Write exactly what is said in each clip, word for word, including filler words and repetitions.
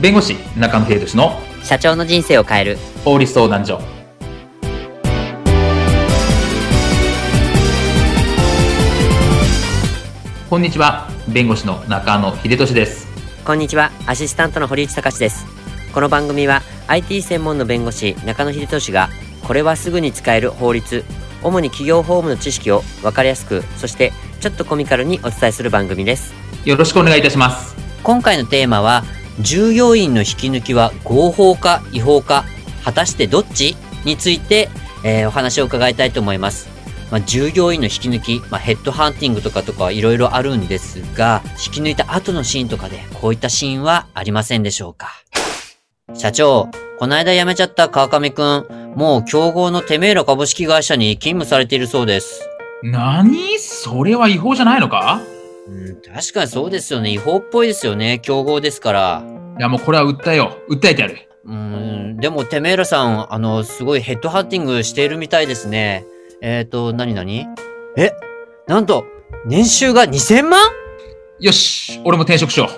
弁護士中野秀俊の社長の人生を変える法律相談所。こんにちは、弁護士の中野秀俊です。 こんにちは、アシスタントの堀内隆です。この番組は アイティー 専門の弁護士中野秀俊がこれはすぐに使える法律、主に企業法務の知識を分かりやすく、そしてちょっとコミカルにお伝えする番組です。 よろしくお願いいたします。 今回のテーマは、従業員の引き抜きは合法か違法か、果たしてどっちについて、えー、お話を伺いたいと思います。まあ、従業員の引き抜き、まあ、ヘッドハンティングとかとかいろいろあるんですが、引き抜いた後のシーンとかでこういったシーンはありませんでしょうか。社長、この間辞めちゃった川上くん、もう競合のテメーラ株式会社に勤務されているそうです。 何？それは違法じゃないのか？ うん、確かにそうですよね。違法っぽいですよね。競合ですから。 いや、もうこれは訴えよう。訴えてやる。 うん、でもテメーラさん、あの、すごいヘッドハンティングしているみたいですね。えーと、なになに？え、なんと、年収がにせんまん？ よし、俺も転職しよ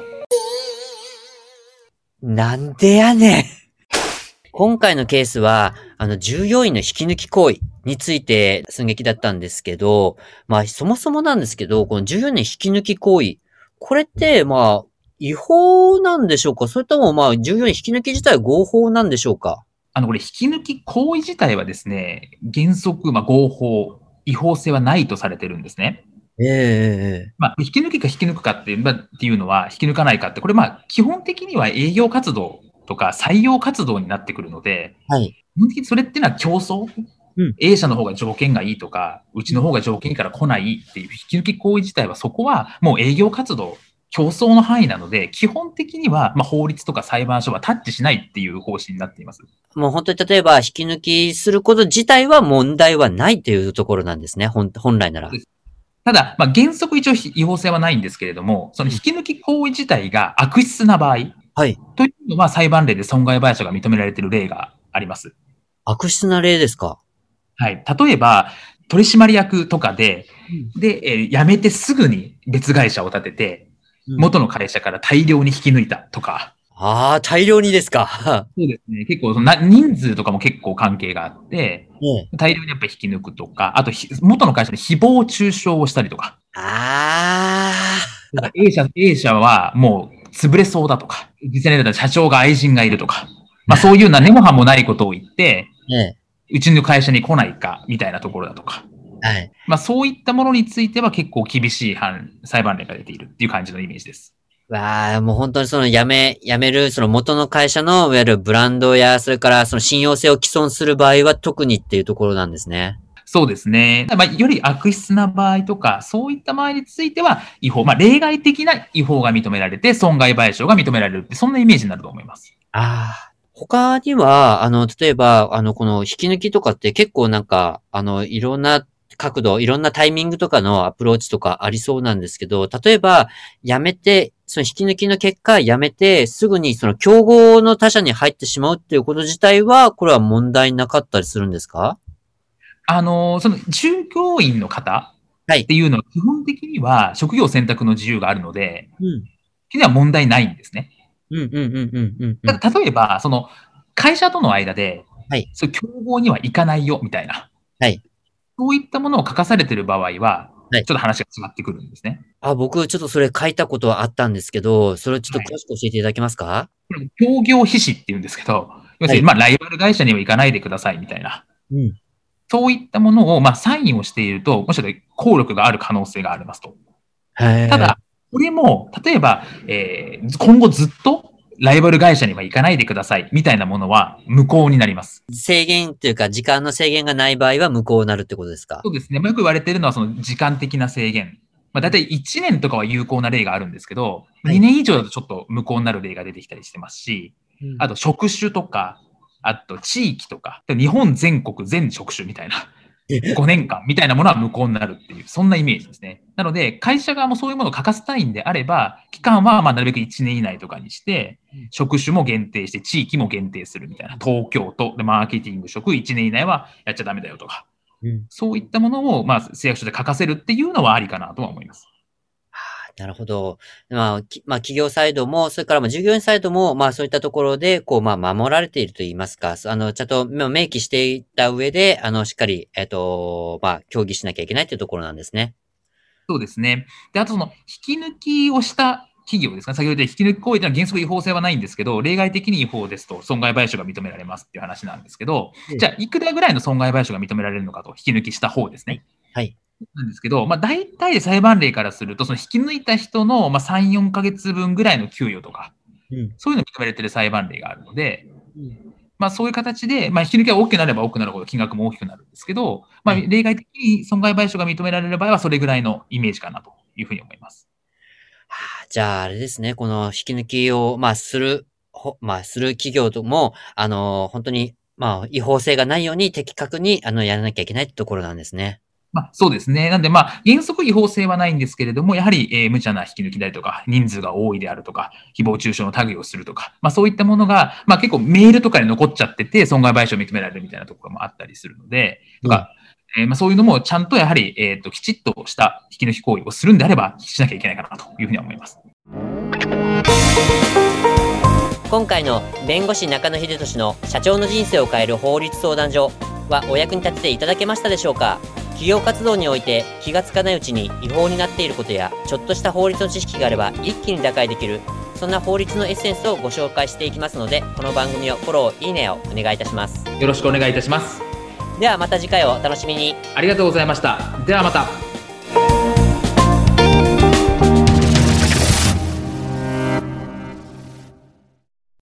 う。なんでやねん。今回のケースは、あの、従業員の引き抜き行為について寸劇だったんですけど、まあ、そもそもなんですけど、この従業員の引き抜き行為、これって、まあ、違法なんでしょうか？それとも、まあ、従業員引き抜き自体は合法なんでしょうか？ あの、これ、引き抜き行為自体はですね、原則、まあ、合法、違法性はないとされてるんですね。 ええまあ、引き抜きか引き抜くかっていう、まあ、っていうのは、引き抜かないかって、これ、まあ、基本的には営業活動とか採用活動になってくるので、 はい。 基本的にそれっていうのは競争、うん、A 社の方が条件がいいとか、うちの方が条件いいから来ないっていう引き抜き行為自体は、そこはもう営業活動、競争の範囲なので、基本的には、まあ、法律とか裁判所はタッチしないっていう方針になっています。 もう本当に例えば引き抜きすること自体は問題はないというところなんですね。本、本来なら。 ただ、まあ、原則一応違法性はないんですけれども、その引き抜き行為自体が悪質な場合、はい。というのは裁判例で損害賠償が認められている例があります。 悪質な例ですか？ はい。例えば、取締役とかで、うん、で、えー、辞めてすぐに別会社を立てて、元の会社から大量に引き抜いたとか。 ああ、大量にですか。 そうですね。結構そのな、人数とかも結構関係があって、うん、大量にやっぱり引き抜くとか、あと、元の会社で誹謗中傷をしたりとか。 ああ。A 社、A 社はもう潰れそうだとか、実際にだったら社長が愛人がいるとか、まあそういうような根も葉もないことを言って、ね、うちの会社に来ないか、みたいなところだとか。はい。まあそういったものについては結構厳しい裁判例が出ているっていう感じのイメージです。 わあ、もう本当にその辞め、辞める、その元の会社の、いわゆるブランドや、それからその信用性を毀損する場合は特にっていうところなんですね。 そうですね。まあ、より悪質な場合とか、そういった場合については違法、まあ例外的な違法が認められて、損害賠償が認められるって、そんなイメージになると思います。 ああ。他には、あの、例えば、あの、この引き抜きとかって結構なんか、あの、いろんな角度、いろんなタイミングとかのアプローチとかありそうなんですけど、例えば、辞めて、その引き抜きの結果、辞めて、すぐにその競合の他社に入ってしまうっていうこと自体は、これは問題なかったりするんですか？ あの、その従業員の方っていうのは基本的には職業選択の自由があるので、うん、基本は問題ないんですね。 うんうんうんうんうん、うん。 ただ例えば、その会社との間で、はい、そういう競合には行かないよみたいな。はい。そういったものを書かされている場合は、はい、ちょっと話が違ってくるんですね。 あ、僕、ちょっとそれ書いたことはあったんですけど、それをちょっと詳しく教えていただけますか？はい、 協業秘止って言うんですけど、要するに、まあ、ライバル会社には行かないでくださいみたいな。うん、そういったものを、まあ、サインをしていると、もしかしたら効力がある可能性がありますと。ただ、これも、例えば、えー、今後ずっと、ライバル会社には行かないでくださいみたいなものは無効になります。 制限というか時間の制限がない場合は無効になるってことですか？ そうですね。まあ、よく言われているのはその時間的な制限。まあ、だいたいいちねんとかは有効な例があるんですけど、はい、にねん以上だとちょっと無効になる例が出てきたりしてますし、うん、あと職種とか、あと地域とか、日本全国全職種みたいな。ごねんかんみたいなものは無効になるっていう、そんなイメージですね。なので、会社側もそういうものを書かせたいんであれば、期間はまあなるべくいちねん以内とかにして、職種も限定して、地域も限定するみたいな。東京都でマーケティング職いちねん以内はやっちゃダメだよとか。うん、そういったものをまあ誓約書で書かせるっていうのはありかなとは思います。 なるほど。まあ、きまあ、企業サイドも、それからまあ従業員サイドも、まあそういったところで、こう、まあ守られていると言いますか、あの、ちゃんとまあ明記していった上で、あの、しっかり、えっと、まあ、協議しなきゃいけないというところなんですね。 そうですね。で、あとその、引き抜きをした企業ですかね。先ほど言った引き抜き行為というのは原則違法性はないんですけど、例外的に違法ですと損害賠償が認められますっていう話なんですけど、 うん。 じゃあ、いくらぐらいの損害賠償が認められるのかと、引き抜きした方ですはい。 ね。 はい。 なんですけど、まあ、大体裁判例からすると、その引き抜いた人のまあさん、よんかげつぶんぐらいの給与とか、 うん。 そういうのを認められている裁判例があるので、 うん。 まあ、そういう形で、まあ、引き抜きが大きくなれば大きくなるほど金額も大きくなるんですけど、まあ、 はい。 例外的に損害賠償が認められる場合は、それぐらいのイメージかなというふうに思います。 はあ、じゃあ、あれですね。この引き抜きを、まあ、する、ほ、まあ、する企業とも、あの、本当に、まあ、違法性がないように的確に、あの、やらなきゃいけないってところなんですね。 まあ、そうですね。なんで、まあ、原則違法性はないんですけれども、やはり、えー無茶な引き抜きであるとか、人数が多いであるとか、誹謗中傷の類をするとか、まあ、そういったものが、まあ、結構メールとかに残っちゃってて、損害賠償を認められるみたいなところもあったりするので、とうん。 か、えーまあ、そういうのもちゃんとやはり、えっと、きちっとした引き抜き行為をするんであれば、しなきゃいけないかなというふうには思います。 今回の弁護士中野秀俊の社長の人生を変える法律相談所はお役に立てていただけましたでしょうか？企業活動において気がつかないうちに違法になっていることや、ちょっとした法律の知識があれば一気に打開できる、そんな法律のエッセンスをご紹介していきますので、この番組をフォロー、いいねをお願いいたします。 よろしくお願いいたします。 ではまた次回をお楽しみに。 ありがとうございました。ではまた。